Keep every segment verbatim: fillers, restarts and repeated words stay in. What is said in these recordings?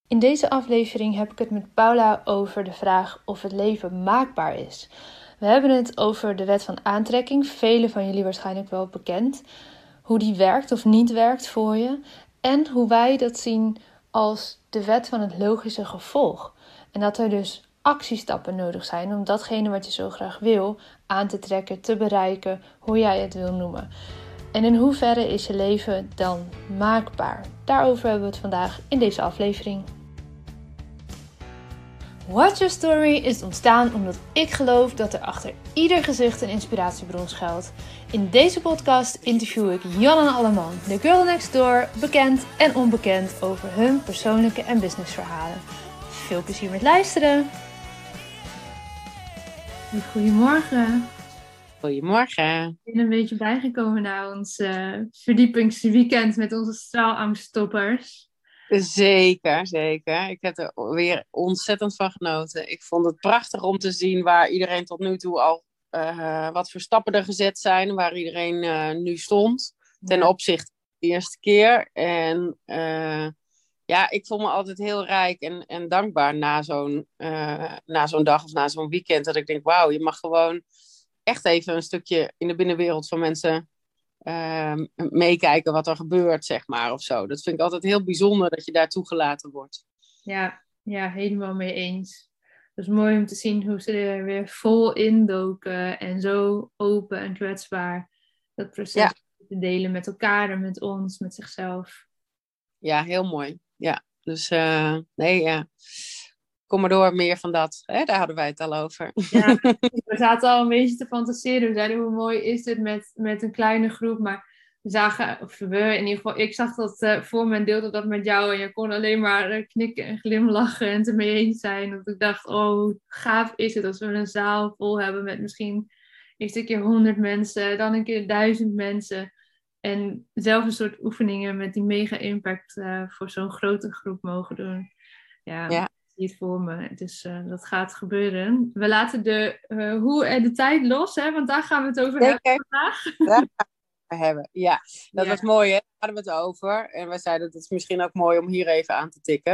In deze aflevering heb ik het met Paula over de vraag of het leven maakbaar is. We hebben het over de wet van aantrekking, velen van jullie waarschijnlijk wel bekend. Hoe die werkt of niet werkt voor je. En hoe wij dat zien als de wet van het logische gevolg. En dat er dus actiestappen nodig zijn om datgene wat je zo graag wil aan te trekken, te bereiken, hoe jij het wil noemen. En in hoeverre is je leven dan maakbaar? Daarover hebben we het vandaag in deze aflevering. Watch Your Story is ontstaan omdat ik geloof dat er achter ieder gezicht een inspiratiebron schuilt. In deze podcast interview ik Janne Alleman, de girl next door, bekend en onbekend over hun persoonlijke en businessverhalen. Veel plezier met luisteren! Goedemorgen! Goedemorgen! Ik ben een beetje bijgekomen na ons uh, verdiepingsweekend met onze straalangststoppers. Zeker, zeker. Ik heb er weer ontzettend van genoten. Ik vond het prachtig om te zien waar iedereen tot nu toe al uh, wat voor stappen er gezet zijn, waar iedereen uh, nu stond ten ja. opzichte van de eerste keer. En uh, ja, ik voel me altijd heel rijk en, en dankbaar na zo'n, uh, na zo'n dag of na zo'n weekend, dat ik denk, wauw, je mag gewoon echt even een stukje in de binnenwereld van mensen Uh, meekijken wat er gebeurt, zeg maar, of zo. Dat vind ik altijd heel bijzonder dat je daar toegelaten wordt. Ja, ja, helemaal mee eens. Het is mooi om te zien hoe ze er weer vol indoken en zo open en kwetsbaar dat proces ja. te delen met elkaar en met ons, met zichzelf. Ja, heel mooi. Ja, dus uh, nee, ja. Kom maar door, meer van dat. Hè? Daar hadden wij het al over. Ja, we zaten al een beetje te fantaseren. We zeiden, hoe mooi is dit met, met een kleine groep. Maar we zagen, of we in ieder geval, ik zag dat uh, voor me en deelde dat met jou. En je kon alleen maar uh, knikken en glimlachen en het ermee eens zijn. Dat ik dacht, oh, gaaf is het als we een zaal vol hebben met misschien eerst een keer honderd mensen, dan een keer duizend mensen. En zelf een soort oefeningen met die mega impact uh, voor zo'n grote groep mogen doen. Ja. ja. Het voor me. Dus uh, dat gaat gebeuren. We laten de uh, hoe en de tijd los, hè? Want daar gaan we het over Zeker. hebben vandaag. Daar gaan we het hebben. Ja, dat ja. was mooi, hè? Daar hadden we het over. En we zeiden, dat is misschien ook mooi om hier even aan te tikken.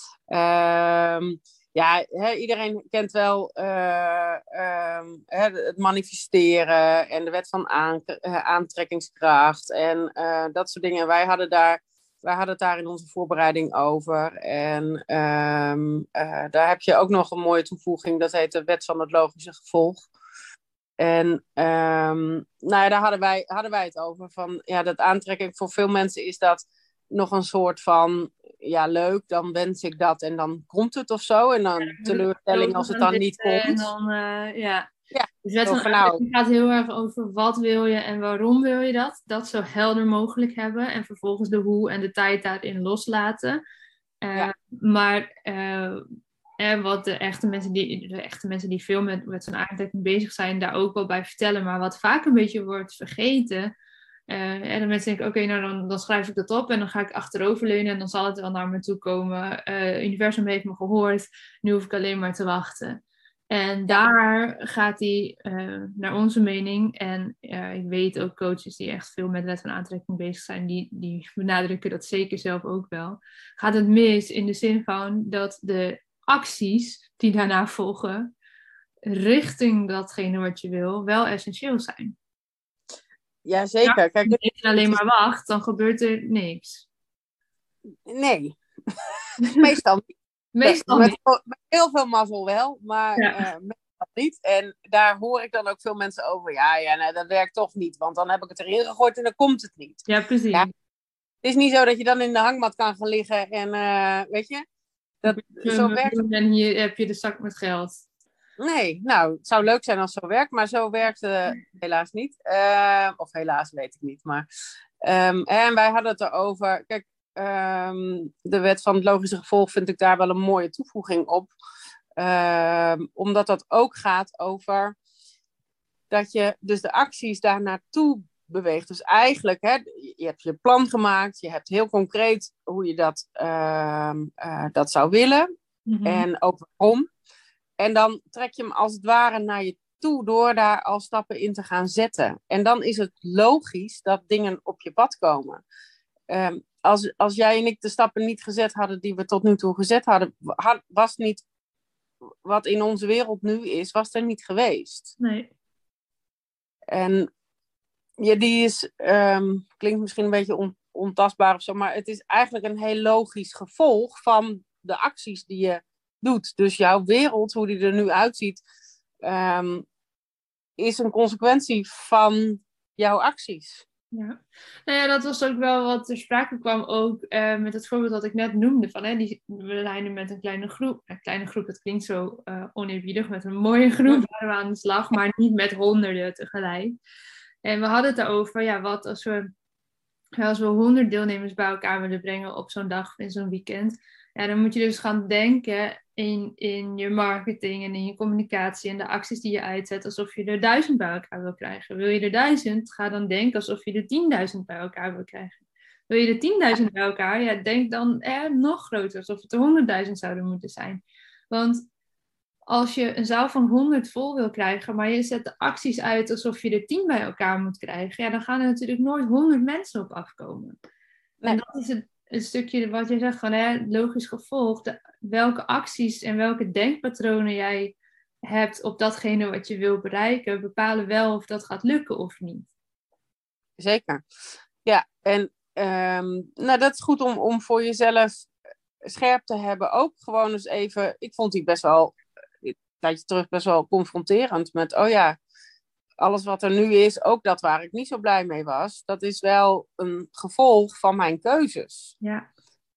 Um, ja, hè, iedereen kent wel uh, um, hè, het manifesteren en de wet van aan, uh, aantrekkingskracht en uh, dat soort dingen. Wij hadden daar Wij hadden het daar in onze voorbereiding over. En um, uh, daar heb je ook nog een mooie toevoeging. Dat heet de wet van het logische gevolg. En um, nou ja, daar hadden wij, hadden wij het over. Van, ja, dat aantrekking voor veel mensen is dat nog een soort van... Ja, leuk, dan wens ik dat en dan komt het of zo. En dan ja, teleurstelling als het dan niet komt. En dan, uh, ja... Ja, dus wet van aantrekking gaat heel erg over wat wil je en waarom wil je dat. Dat zo helder mogelijk hebben. En vervolgens de hoe en de tijd daarin loslaten. Uh, ja. Maar uh, eh, wat de echte mensen die, de echte mensen die veel met, met zo'n aantrekking bezig zijn, daar ook wel bij vertellen. Maar wat vaak een beetje wordt vergeten. Uh, en dan mensen denken, oké, okay, nou dan, dan schrijf ik dat op en dan ga ik achteroverleunen en dan zal het wel naar me toe komen. Het uh, universum heeft me gehoord, nu hoef ik alleen maar te wachten. En daar gaat hij uh, naar onze mening. En uh, ik weet ook coaches die echt veel met wet van aantrekking bezig zijn. Die, die benadrukken dat zeker zelf ook wel. Gaat het mis in de zin van dat de acties die daarna volgen. Richting datgene wat je wil. Wel essentieel zijn. Ja, zeker. Ja, Kijk, als je alleen maar wacht, dan gebeurt er niks. Nee. Meestal niet. Meestal met, niet. Met heel veel mazzel wel, maar ja. uh, meestal niet. En daar hoor ik dan ook veel mensen over. Ja, ja nou, dat werkt toch niet, want dan heb ik het erin gegooid en dan komt het niet. Ja, precies. Ja, het is niet zo dat je dan in de hangmat kan gaan liggen en uh, weet je, dat, zo werkt het. En hier heb je de zak met geld. Nee, nou, het zou leuk zijn als het zo werkt, maar zo werkt het uh, helaas niet. Uh, of helaas weet ik niet, maar... Um, en wij hadden het erover... Kijk, Um, de wet van het logische gevolg vind ik daar wel een mooie toevoeging op. Um, omdat dat ook gaat over dat je dus de acties daar naartoe beweegt. Dus eigenlijk, hè, je hebt je plan gemaakt, je hebt heel concreet hoe je dat, um, uh, dat zou willen. Mm-hmm. En ook waarom. En dan trek je hem als het ware naar je toe door daar al stappen in te gaan zetten. En dan is het logisch dat dingen op je pad komen. Um, als, als jij en ik de stappen niet gezet hadden die we tot nu toe gezet hadden, had, was niet wat in onze wereld nu is, was er niet geweest. Nee. En ja, die is, um, klinkt misschien een beetje on, ontastbaar of zo, maar het is eigenlijk een heel logisch gevolg van de acties die je doet. Dus jouw wereld, hoe die er nu uitziet, um, is een consequentie van jouw acties. Ja, nou ja, dat was ook wel wat ter sprake kwam ook uh, met het voorbeeld dat ik net noemde. Van, hè, die, we lijnen met een kleine groep. Een kleine groep, dat klinkt zo uh, oneerbiedig. Met een mooie groep waren we aan de slag, maar niet met honderden tegelijk. En we hadden het daarover, ja, wat als we, als we honderd deelnemers bij elkaar willen brengen op zo'n dag, in zo'n weekend. Ja, dan moet je dus gaan denken in, in je marketing en in je communicatie en de acties die je uitzet, alsof je er duizend bij elkaar wil krijgen. Wil je er duizend, ga dan denken alsof je er tienduizend bij elkaar wil krijgen. Wil je er tienduizend bij elkaar, ja, denk dan eh, nog groter, alsof het er honderdduizend zouden moeten zijn. Want als je een zaal van honderd vol wil krijgen, maar je zet de acties uit alsof je er tien bij elkaar moet krijgen, ja, dan gaan er natuurlijk nooit honderd mensen op afkomen. Nee. En dat is het een stukje wat je zegt, van hè, logisch gevolg, de, welke acties en welke denkpatronen jij hebt op datgene wat je wil bereiken, bepalen wel of dat gaat lukken of niet. Zeker. Ja, en um, nou, dat is goed om, om voor jezelf scherp te hebben. Ook gewoon eens even, ik vond die best wel, een tijdje terug best wel confronterend met, oh ja, alles wat er nu is, ook dat waar ik niet zo blij mee was, dat is wel een gevolg van mijn keuzes. Ja.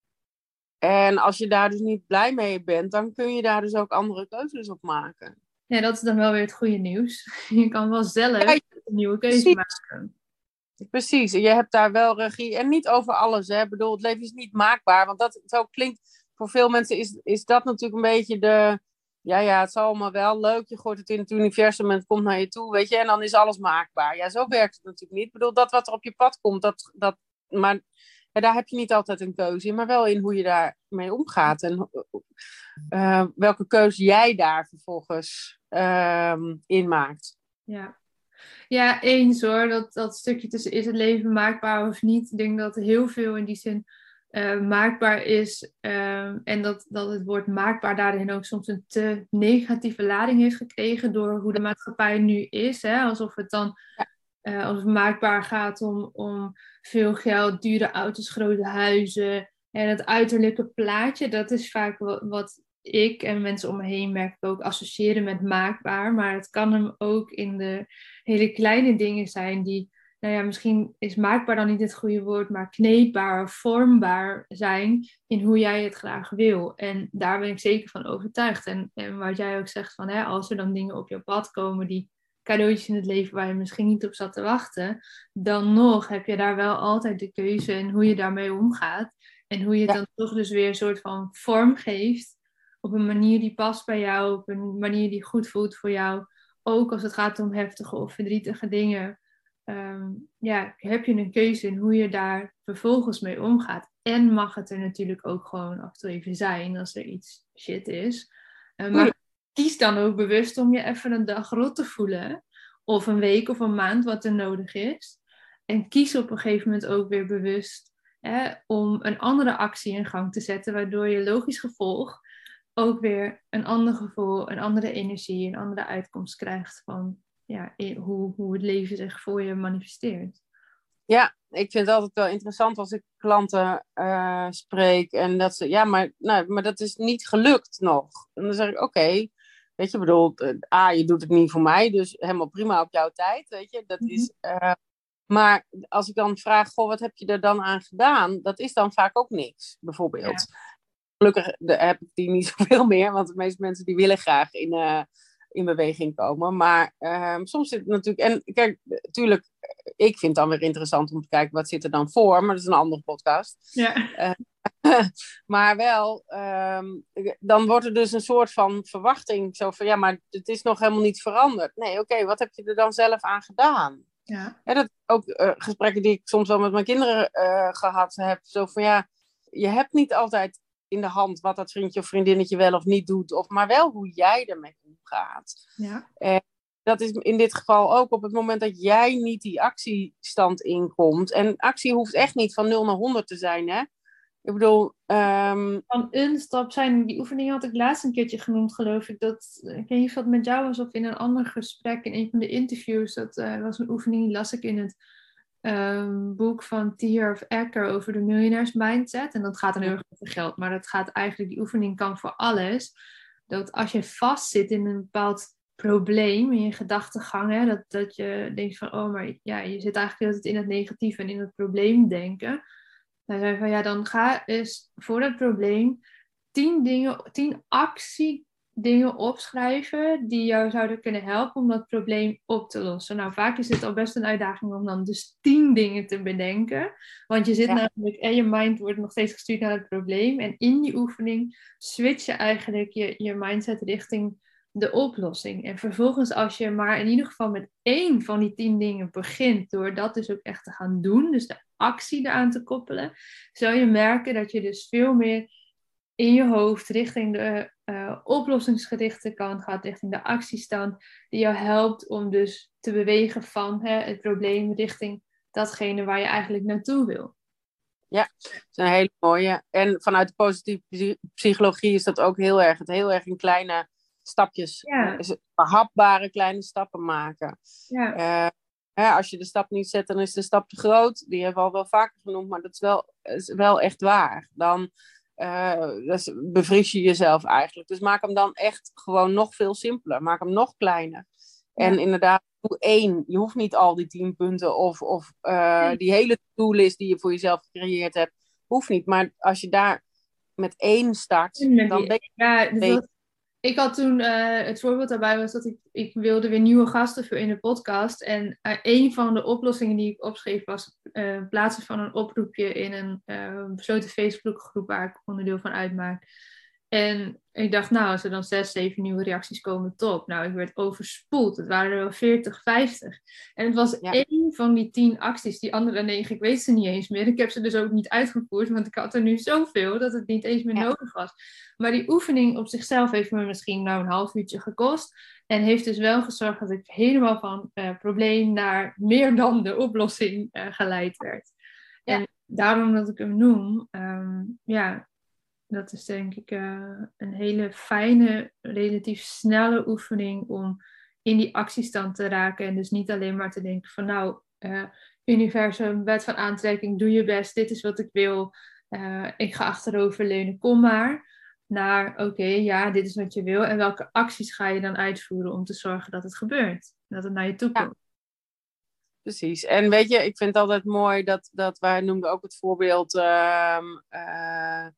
En als je daar dus niet blij mee bent, dan kun je daar dus ook andere keuzes op maken. Ja, dat is dan wel weer het goede nieuws. Je kan wel zelf ja, een nieuwe keuze precies. maken. Precies, je hebt daar wel regie. En niet over alles, hè. Ik bedoel, het leven is niet maakbaar. Want dat zo klinkt, voor veel mensen is, is dat natuurlijk een beetje de... Ja, ja, het is allemaal wel leuk. Je gooit het in het universum en het komt naar je toe, weet je. En dan is alles maakbaar. Ja, zo werkt het natuurlijk niet. Ik bedoel, dat wat er op je pad komt, dat... dat maar ja, daar heb je niet altijd een keuze in. Maar wel in hoe je daarmee omgaat. En uh, welke keuze jij daar vervolgens uh, in maakt. Ja. Ja, eens hoor. Dat, dat stukje tussen is het leven maakbaar of niet. Ik denk dat heel veel in die zin uh, maakbaar is. Uh, en dat, dat het woord maakbaar daarin ook soms een te negatieve lading heeft gekregen door hoe de maatschappij nu is. Hè? Alsof het dan uh, als het maakbaar gaat om, om veel geld, dure auto's, grote huizen. En het uiterlijke plaatje, dat is vaak wat, wat ik en mensen om me heen merk ik ook associëren met maakbaar. Maar het kan hem ook in de hele kleine dingen zijn die, nou ja, misschien is maakbaar dan niet het goede woord, maar kneedbaar of vormbaar zijn in hoe jij het graag wil. En daar ben ik zeker van overtuigd. En, en wat jij ook zegt van, hè, als er dan dingen op je pad komen, die cadeautjes in het leven waar je misschien niet op zat te wachten, dan nog heb je daar wel altijd de keuze in hoe je daarmee omgaat. En hoe je het ja. dan toch dus weer een soort van vorm geeft op een manier die past bij jou, op een manier die goed voelt voor jou. Ook als het gaat om heftige of verdrietige dingen. Um, ja, heb je een keuze in hoe je daar vervolgens mee omgaat. En mag het er natuurlijk ook gewoon af en toe even zijn als er iets shit is. Uh, maar kies dan ook bewust om je even een dag rot te voelen. Of een week of een maand wat er nodig is. En kies op een gegeven moment ook weer bewust hè, om een andere actie in gang te zetten. Waardoor je logisch gevolg ook weer een ander gevoel, een andere energie, een andere uitkomst krijgt van ja, hoe, hoe het leven zich voor je manifesteert. Ja, ik vind het altijd wel interessant als ik klanten uh, spreek en dat ze, ja, maar, nou, maar dat is niet gelukt nog. En dan zeg ik, oké, okay, weet je, bedoel, A, je doet het niet voor mij, dus helemaal prima op jouw tijd, weet je, dat is... Uh, maar als ik dan vraag, goh, wat heb je er dan aan gedaan? Dat is dan vaak ook niks, bijvoorbeeld. Ja. Gelukkig heb ik die niet zoveel meer, want de meeste mensen die willen graag in, uh, in beweging komen. Maar uh, soms zit het natuurlijk... En kijk, natuurlijk, ik vind het dan weer interessant om te kijken wat zit er dan voor. Maar dat is een andere podcast. Ja. Uh, maar wel, um, dan wordt er dus een soort van verwachting. Zo van, ja, maar het is nog helemaal niet veranderd. Nee, oké, okay, wat heb je er dan zelf aan gedaan? Ja. Ja, dat ook uh, gesprekken die ik soms wel met mijn kinderen uh, gehad heb. Zo van, ja, je hebt niet altijd in de hand wat dat vriendje of vriendinnetje wel of niet doet. Of, maar wel hoe jij ermee omgaat. Ja. En dat is in dit geval ook op het moment dat jij niet die actiestand inkomt. En actie hoeft echt niet van nul naar honderd te zijn, hè? Ik bedoel... Um... Van een stap zijn, die oefening had ik laatst een keertje genoemd, geloof ik. Dat, ik weet niet of dat met jou was of in een ander gesprek, in een van de interviews. Dat uh, was een oefening, die las ik in het um, boek van T. Harv Eker over de miljonairs mindset. En dat gaat dan heel erg over geld, maar dat gaat eigenlijk, die oefening kan voor alles. Dat als je vastzit in een bepaald probleem in je gedachtegang, hè, dat, dat je denkt van, oh, maar ja, je zit eigenlijk altijd in het negatieve en in het probleem denken. Dan zei van, ja, dan ga eens voor het probleem tien dingen, tien actiedingen opschrijven die jou zouden kunnen helpen om dat probleem op te lossen. Nou, vaak is het al best een uitdaging om dan dus tien dingen te bedenken. Want je zit ja. namelijk, en je mind wordt nog steeds gestuurd naar het probleem. En in die oefening switch je eigenlijk je, je mindset richting de oplossing. En vervolgens, als je maar in ieder geval met één van die tien dingen begint, door dat dus ook echt te gaan doen, dus de actie eraan te koppelen, zul je merken dat je dus veel meer in je hoofd richting de uh, oplossingsgerichte kant gaat, richting de actiestand, die jou helpt om dus te bewegen van hè, het probleem richting datgene waar je eigenlijk naartoe wil. Ja, dat is een hele mooie. En vanuit de positieve psychologie is dat ook heel erg, het heel erg in kleine stapjes, ja. uh, behapbare kleine stappen maken. Ja. Uh, hè, als je de stap niet zet, dan is de stap te groot. Die hebben we al wel vaker genoemd, maar dat is wel, is wel echt waar. Dan uh, dus bevries je jezelf eigenlijk. Dus maak hem dan echt gewoon nog veel simpeler. Maak hem nog kleiner. Ja. En inderdaad, doe één. Je hoeft niet al die tien punten of, of uh, die hele to-do-list die je voor jezelf gecreëerd hebt. Hoeft niet. Maar als je daar met één start, dan ben je... Ja, dus dat... Ik had toen, uh, het voorbeeld daarbij was dat ik, ik wilde weer nieuwe gasten voor in de podcast. En uh, een van de oplossingen die ik opschreef was uh, plaatsen van een oproepje in een uh, besloten Facebookgroep waar ik onderdeel van uitmaak. En ik dacht, nou, als er dan zes, zeven nieuwe reacties komen, top. Nou, ik werd overspoeld. Het waren er wel veertig, vijftig. En het was ja. één van die tien acties. Die andere negen, ik weet ze niet eens meer. Ik heb ze dus ook niet uitgevoerd, want ik had er nu zoveel dat het niet eens meer ja. nodig was. Maar die oefening op zichzelf heeft me misschien nou een half uurtje gekost. En heeft dus wel gezorgd dat ik helemaal van uh, probleem naar meer dan de oplossing uh, geleid werd. Ja. En daarom dat ik hem noem, um, ja... Dat is denk ik uh, een hele fijne, relatief snelle oefening om in die actiestand te raken. En dus niet alleen maar te denken van nou, uh, universum, wet van aantrekking, doe je best, dit is wat ik wil. Uh, ik ga achteroverleunen, kom maar. Naar oké, okay, ja, dit is wat je wil. En welke acties ga je dan uitvoeren om te zorgen dat het gebeurt? Dat het naar je toe komt. Ja. Precies. En weet je, ik vind het altijd mooi dat, dat wij noemden ook het voorbeeld... Uh, uh,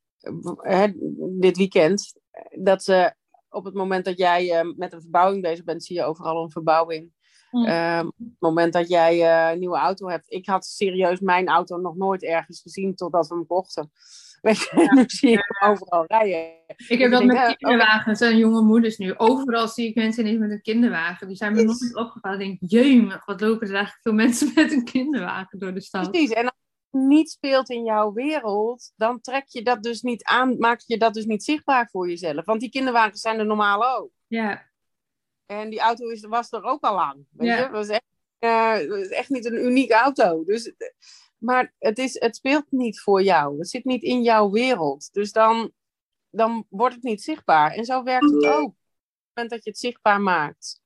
He, dit weekend, dat ze op het moment dat jij uh, met een verbouwing bezig bent, zie je overal een verbouwing. Mm. Uh, op het moment dat jij uh, een nieuwe auto hebt. Ik had serieus mijn auto nog nooit ergens gezien totdat we hem kochten. Weet je, ja. Nu zie je hem overal rijden. Ik heb dat denk, met kinderwagens en jonge moeders nu. Overal zie ik mensen ineens met een kinderwagen. Die zijn me nooit opgevallen. Ik denk, jeumig, wat lopen er eigenlijk veel mensen met een kinderwagen door de stad. Precies, en niet speelt in jouw wereld, dan trek je dat dus niet aan, maak je dat dus niet zichtbaar voor jezelf. Want die kinderwagens zijn er normaal ook. Ja. En die auto is, was er ook al lang. Weet ja. je? Dat was echt, uh, was echt niet een unieke auto. Dus, maar het, is, het speelt niet voor jou. Het zit niet in jouw wereld. Dus dan, dan wordt het niet zichtbaar. En zo werkt het ook. Op het moment dat je het zichtbaar maakt.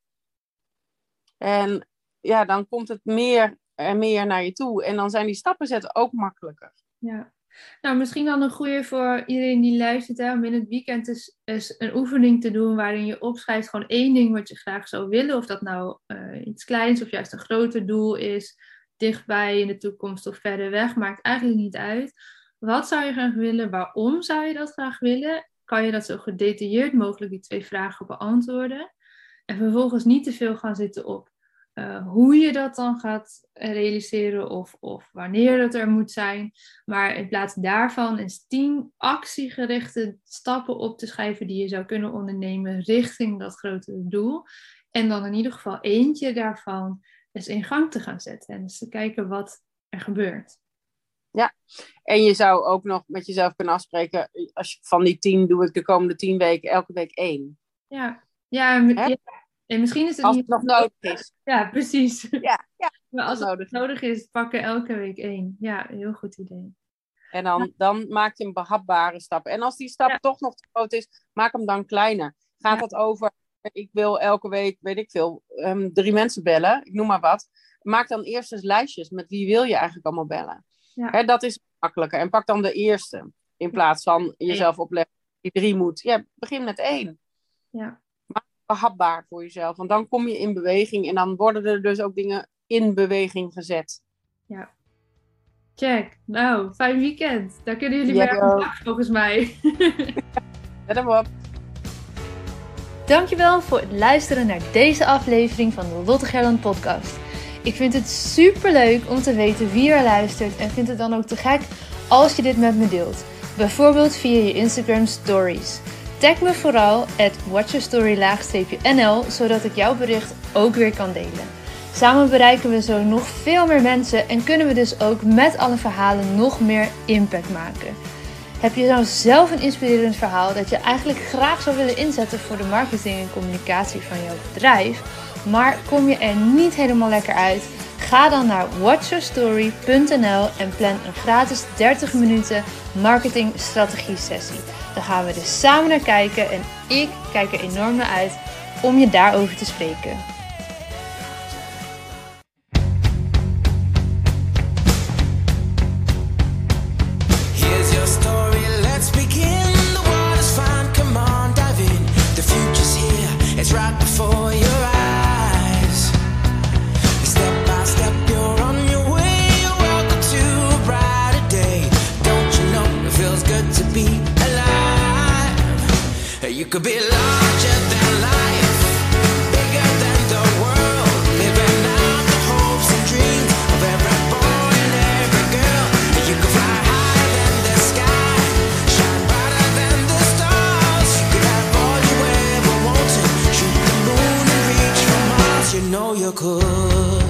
En ja, dan komt het meer... en meer naar je toe. En dan zijn die stappen zetten ook makkelijker. Ja. Nou, misschien dan een goede voor iedereen die luistert, hè, om in het weekend eens, eens een oefening te doen waarin je opschrijft gewoon één ding wat je graag zou willen. Of dat nou uh, iets kleins of juist een groter doel is, dichtbij in de toekomst of verder weg, maakt eigenlijk niet uit. Wat zou je graag willen? Waarom zou je dat graag willen? Kan je dat zo gedetailleerd mogelijk die twee vragen beantwoorden? En vervolgens niet te veel gaan zitten op Uh, hoe je dat dan gaat realiseren of, of wanneer dat er moet zijn. Maar in plaats daarvan eens tien actiegerichte stappen op te schrijven die je zou kunnen ondernemen richting dat grotere doel. En dan in ieder geval eentje daarvan eens in gang te gaan zetten. En eens te kijken wat er gebeurt. Ja, en je zou ook nog met jezelf kunnen afspreken, als je van die tien doe ik de komende tien weken elke week één. Ja, ja, met, ja. En misschien is het Als niet... het nog nodig is. Ja, precies. Ja, ja. Maar als het nodig. nodig is, pakken elke week één. Ja, heel goed idee. En dan, dan maak je een behapbare stap. En als die stap Ja. toch nog te groot is, maak hem dan kleiner. Gaat Ja. het over, ik wil elke week, weet ik veel, um, drie mensen bellen. Ik noem maar wat. Maak dan eerst eens lijstjes met wie wil je eigenlijk allemaal bellen. Ja. Hè, dat is makkelijker. En pak dan de eerste. In plaats van jezelf opleggen die drie moet. Ja, begin met één. Ja. Maak het behapbaar voor jezelf. Want dan kom je in beweging. En dan worden er dus ook dingen in beweging gezet. Ja. Check. Nou, fijn weekend. Daar kunnen jullie Jij mee aan de ook. slag, volgens mij. Zet hem op. Dankjewel voor het luisteren naar deze aflevering van de Lotte Gerland podcast. Ik vind het super leuk om te weten wie er luistert en vind het dan ook te gek als je dit met me deelt. Bijvoorbeeld via je Instagram stories. Tag me vooral at watchyourstory-nl zodat ik jouw bericht ook weer kan delen. Samen bereiken we zo nog veel meer mensen en kunnen we dus ook met alle verhalen nog meer impact maken. Heb je nou zelf een inspirerend verhaal dat je eigenlijk graag zou willen inzetten voor de marketing en communicatie van jouw bedrijf, maar kom je er niet helemaal lekker uit? Ga dan naar watchyourstory punt n l en plan een gratis dertig minuten marketing strategie sessie. Dan gaan we dus samen naar kijken en ik kijk er enorm naar uit om je daarover te spreken. It's right before your eyes. Step by step, you're on your way. Welcome to a brighter day. Don't you know it feels good to be alive? You could be larger than life, bigger than the world, living out the hopes and dreams of every boy and every girl. You could fly higher than the sky, shine brighter than the stars. You could have all you ever wanted. You know you could.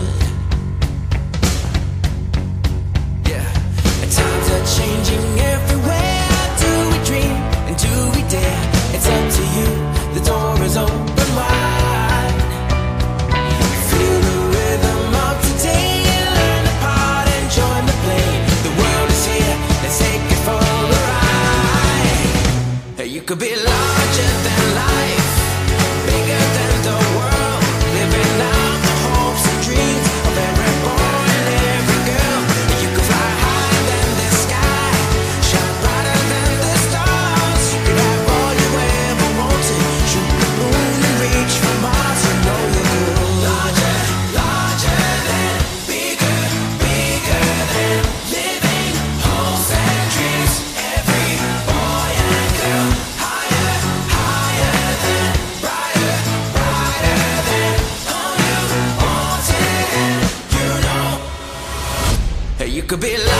Yeah. And times are changing everywhere. Do we dream and do we dare? It's up to you. The door is open wide. Feel the rhythm of today. Learn the part and join the play. The world is here. Let's take it for a ride. You could be larger than life, bigger than the world, living out the hopes and dreams of every boy and every girl. You could fly higher than the sky, shine brighter than the stars. You could have all you ever wanted, shoot the moon and reach for Mars. You know you could. Larger, larger than, bigger, bigger than, living hopes and dreams. Every boy and girl, higher, higher than, brighter, brighter than. You could be